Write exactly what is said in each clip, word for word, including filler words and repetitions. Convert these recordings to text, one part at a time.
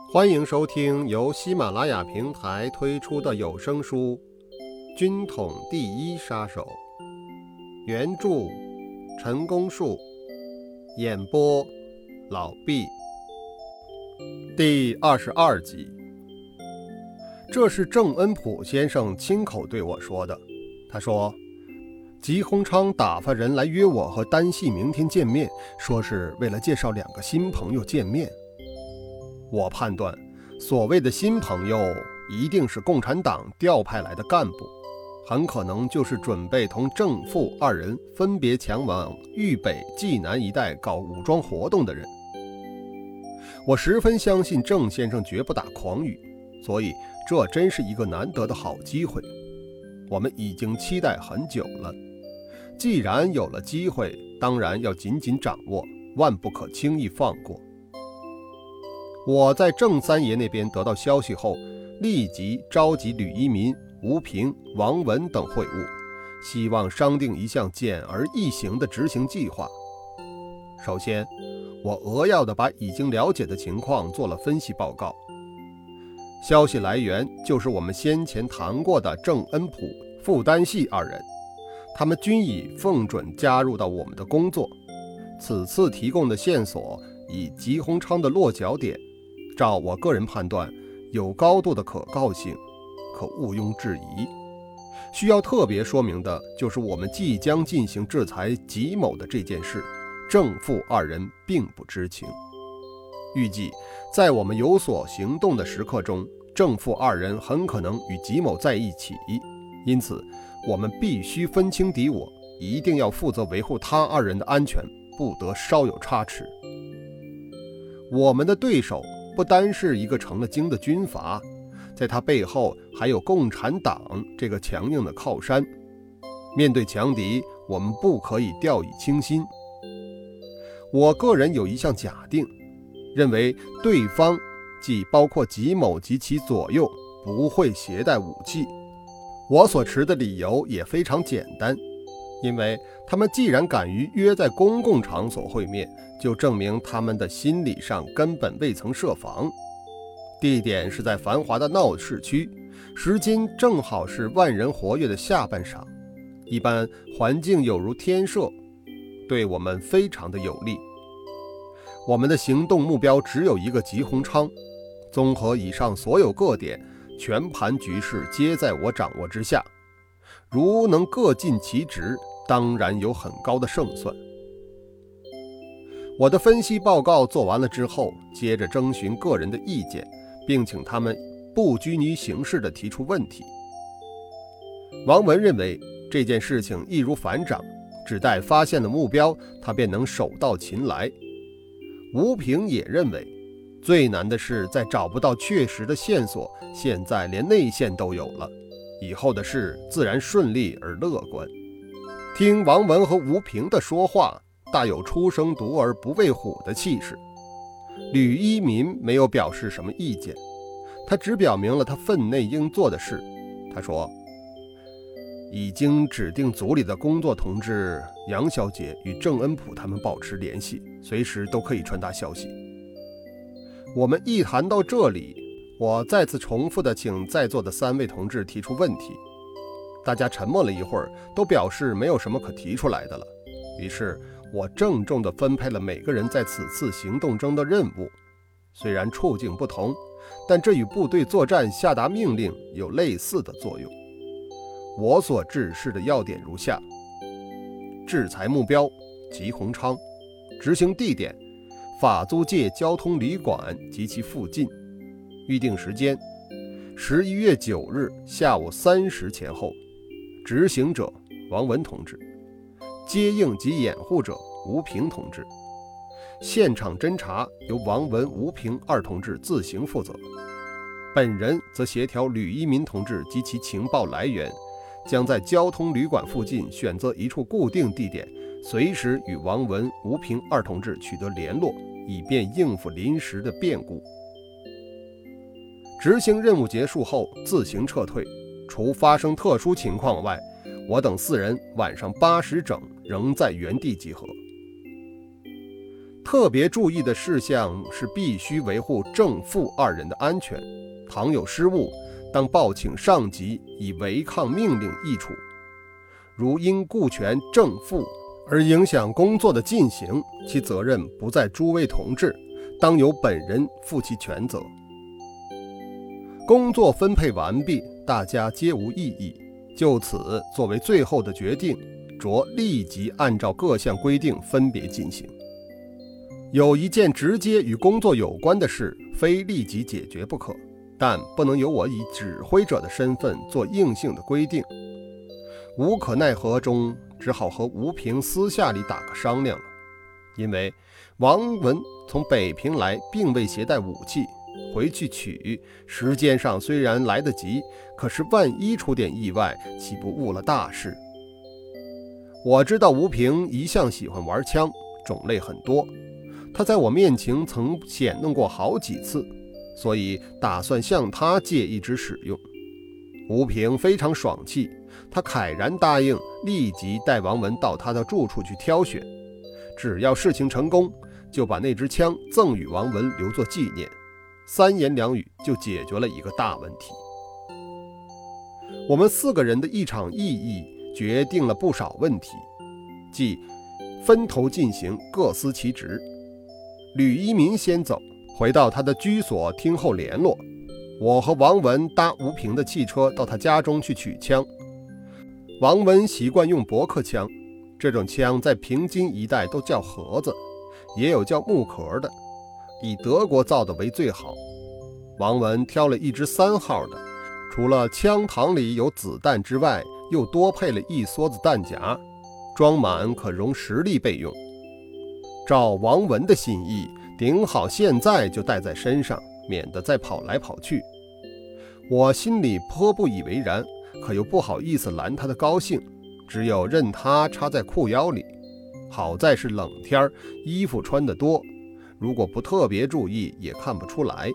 欢迎收听由喜马拉雅平台推出的有声书《军统第一杀手》，原著陈功树，演播老毕。第二十二集。这是郑恩溥先生亲口对我说的。他说，吉鸿昌打发人来约我和单系明天见面，说是为了介绍两个新朋友见面。我判断所谓的新朋友一定是共产党调派来的干部，很可能就是准备同郑傅二人分别前往豫北冀南一带搞武装活动的人。我十分相信郑先生绝不打诳语，所以这真是一个难得的好机会。我们已经期待很久了，既然有了机会，当然要紧紧掌握，万不可轻易放过。我在郑三爷那边得到消息后，立即召集吕一民、吴平、王文等会晤，希望商定一项简而易行的执行计划。首先，我扼要地把已经了解的情况做了分析报告。消息来源就是我们先前谈过的郑恩溥、傅丹系二人，他们均已奉准加入到我们的工作。此次提供的线索以吉鸿昌的落脚点，照我个人判断，有高度的可靠性，可毋庸置疑。需要特别说明的就是我们即将进行制裁吉某的这件事，郑傅二人并不知情。预计在我们有所行动的时刻中，郑傅二人很可能与吉某在一起，因此我们必须分清敌我，一定要负责维护他二人的安全，不得稍有差池。我们的对手不单是一个成了精的军阀，在他背后还有共产党这个强硬的靠山。面对强敌，我们不可以掉以轻心。我个人有一项假定，认为对方即包括吉某及其左右不会携带武器。我所持的理由也非常简单，因为他们既然敢于约在公共场所会面，就证明他们的心理上根本未曾设防。地点是在繁华的闹市区，时间正好是万人活跃的下半晌，一般环境有如天射，对我们非常的有利。我们的行动目标只有一个吉鸿昌，综合以上所有各点，全盘局势皆在我掌握之下，如能各尽其职，当然有很高的胜算。我的分析报告做完了之后，接着征询个人的意见，并请他们不拘泥形式地提出问题。王文认为这件事情易如反掌，只待发现了目标，他便能手到擒来。吴平也认为最难的是在找不到确实的线索，现在连内线都有了，以后的事自然顺利而乐观。听王文和吴平的说话，大有初生犊而不畏虎的气势。吕一民没有表示什么意见，他只表明了他分内应做的事。他说，已经指定组里的工作同志杨小姐与郑恩溥他们保持联系，随时都可以传达消息。我们一谈到这里，我再次重复地请在座的三位同志提出问题。大家沉默了一会儿，都表示没有什么可提出来的了。于是我郑重地分配了每个人在此次行动中的任务。虽然处境不同，但这与部队作战下达命令有类似的作用。我所指示的要点如下：制裁目标吉鸿昌，执行地点法租界交通旅馆及其附近，预定时间十一月九日下午三时前后，执行者王文同志，接应及掩护者吴平同志，现场侦查由王文、吴平二同志自行负责，本人则协调吕一民同志及其情报来源，将在交通旅馆附近选择一处固定地点，随时与王文、吴平二同志取得联络，以便应付临时的变故。执行任务结束后自行撤退，除发生特殊情况外，我等四人晚上八时整仍在原地集合。 特别注意的事项是必须维护正副二人的安全，倘有失误，当报请上级以违抗命令议处。如因顾全正副而影响工作的进行，其责任不在诸位同志，当由本人负其全责。工作分配完毕，大家皆无异议，就此作为最后的决定，着立即按照各项规定分别进行。有一件直接与工作有关的事，非立即解决不可，但不能由我以指挥者的身份做硬性的规定。无可奈何中，只好和吴平私下里打个商量了。因为王文从北平来，并未携带武器，回去取，时间上虽然来得及，可是万一出点意外，岂不误了大事？我知道吴平一向喜欢玩枪，种类很多，他在我面前曾显弄过好几次，所以打算向他借一支使用。吴平非常爽气，他慨然答应，立即带王文到他的住处去挑选，只要事情成功，就把那支枪赠与王文留作纪念。三言两语就解决了一个大问题。我们四个人的一场异议决定了不少问题，即分头进行，各司其职。吕一民先走，回到他的居所听候联络。我和王文搭吴平的汽车到他家中去取枪。王文习惯用驳壳枪，这种枪在平津一带都叫盒子，也有叫木壳的，以德国造的为最好。王文挑了一支三号的，除了枪膛里有子弹之外，又多配了一梭子弹夹，装满可容十粒备用。照王文的心意，顶好现在就带在身上，免得再跑来跑去。我心里颇不以为然，可又不好意思拦他的高兴，只有任他插在裤腰里。好在是冷天，衣服穿得多，如果不特别注意也看不出来。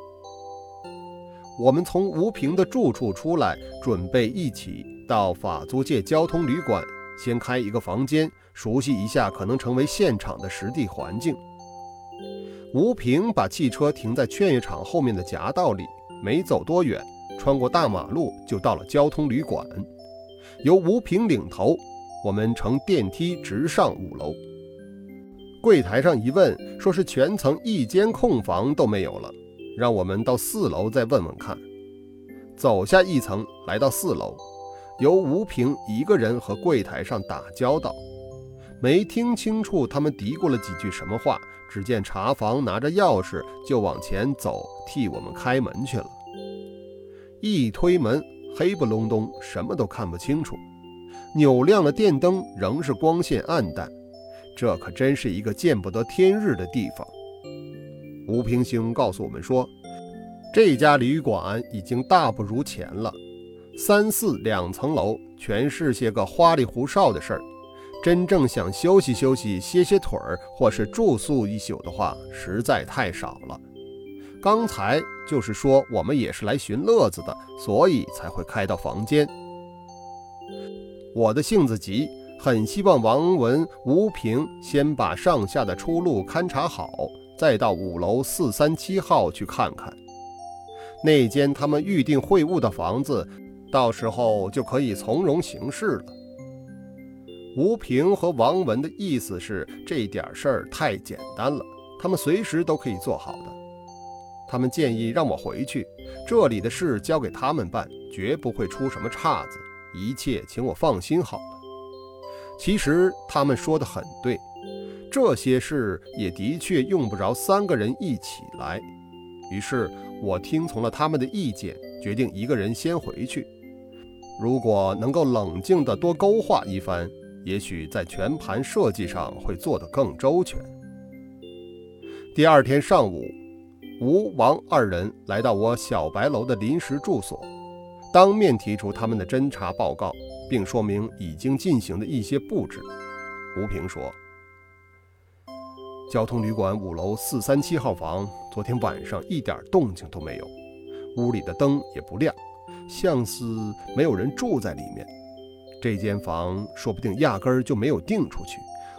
我们从吴平的住处出来，准备一起到法租界交通旅馆先开一个房间，熟悉一下可能成为现场的实地环境。吴平把汽车停在劝业场后面的夹道里，没走多远，穿过大马路就到了交通旅馆。由吴平领头，我们乘电梯直上五楼。柜台上一问，说是全层一间空房都没有了，让我们到四楼再问问看。走下一层，来到四楼，由吴平一个人和柜台上打交道。没听清楚他们嘀咕了几句什么话，只见茶房拿着钥匙就往前走，替我们开门去了。一推门，黑不隆咚，什么都看不清楚，扭亮了电灯，仍是光线暗淡，这可真是一个见不得天日的地方。吴平兄告诉我们说，这家旅馆已经大不如前了，三四两层楼全是些个花里胡哨的事儿，真正想休息休息歇歇腿儿或是住宿一宿的话实在太少了。刚才就是说我们也是来寻乐子的，所以才会开到房间。我的性子急，很希望王文、吴平先把上下的出路勘察好，再到五楼四三七号去看看那间他们预定会晤的房子，到时候就可以从容行事了。吴平和王文的意思是，这点事儿太简单了，他们随时都可以做好的。他们建议让我回去，这里的事交给他们办，绝不会出什么岔子，一切请我放心好了。其实他们说得很对，这些事也的确用不着三个人一起来。于是我听从了他们的意见，决定一个人先回去。如果能够冷静地多勾画一番，也许在全盘设计上会做得更周全。第二天上午，吴王二人来到我小白楼的临时住所，当面提出他们的侦查报告，并说明已经进行的一些布置。吴平说，交通旅馆五楼四三七号房昨天晚上一点动静都没有，屋里的灯也不亮，像是没有人住在里面。这间房说不定压根儿就没有订出去，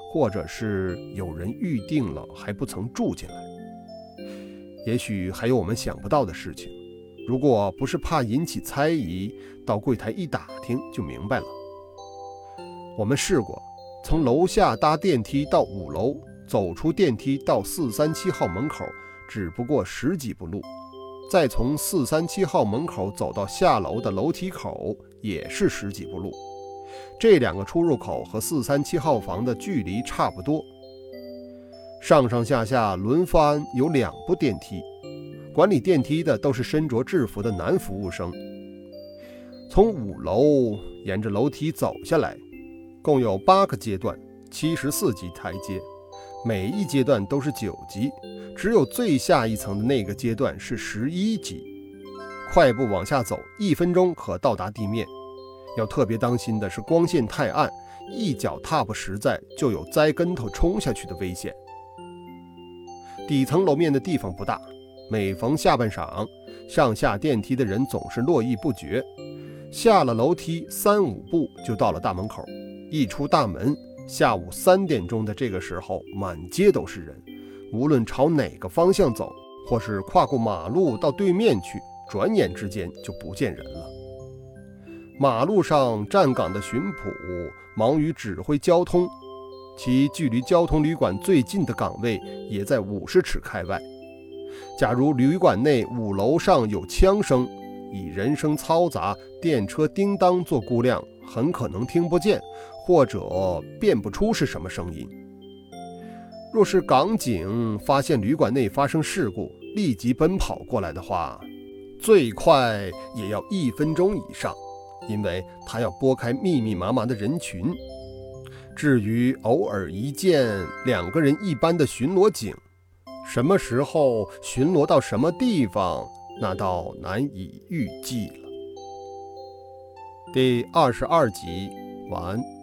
或者是有人预定了还不曾住进来。也许还有我们想不到的事情，如果不是怕引起猜疑，到柜台一打听就明白了。我们试过从楼下搭电梯到五楼，走出电梯到四三七号门口只不过十几步路，再从四三七号门口走到下楼的楼梯口也是十几步路。这两个出入口和四三七号房的距离差不多，上上下下轮番有两部电梯，管理电梯的都是身着制服的男服务生。从五楼沿着楼梯走下来，共有八个阶段，七十四级台阶，每一阶段都是九级，只有最下一层的那个阶段是十一级。快步往下走，一分钟可到达地面。要特别当心的是光线太暗，一脚踏不实在，就有栽跟头冲下去的危险。底层楼面的地方不大，每逢下半晌，上下电梯的人总是络绎不绝。下了楼梯三五步就到了大门口，一出大门，下午三点钟的这个时候，满街都是人，无论朝哪个方向走，或是跨过马路到对面去，转眼之间就不见人了。马路上站岗的巡捕忙于指挥交通，其距离交通旅馆最近的岗位也在五十尺开外。假如旅馆内五楼上有枪声，以人声嘈杂、电车叮当做估量，很可能听不见，或者辨不出是什么声音。若是港警发现旅馆内发生事故，立即奔跑过来的话，最快也要一分钟以上，因为他要拨开密密麻麻的人群。至于偶尔一见两个人一般的巡逻警，什么时候巡逻到什么地方，那倒难以预计了。第二十二集完。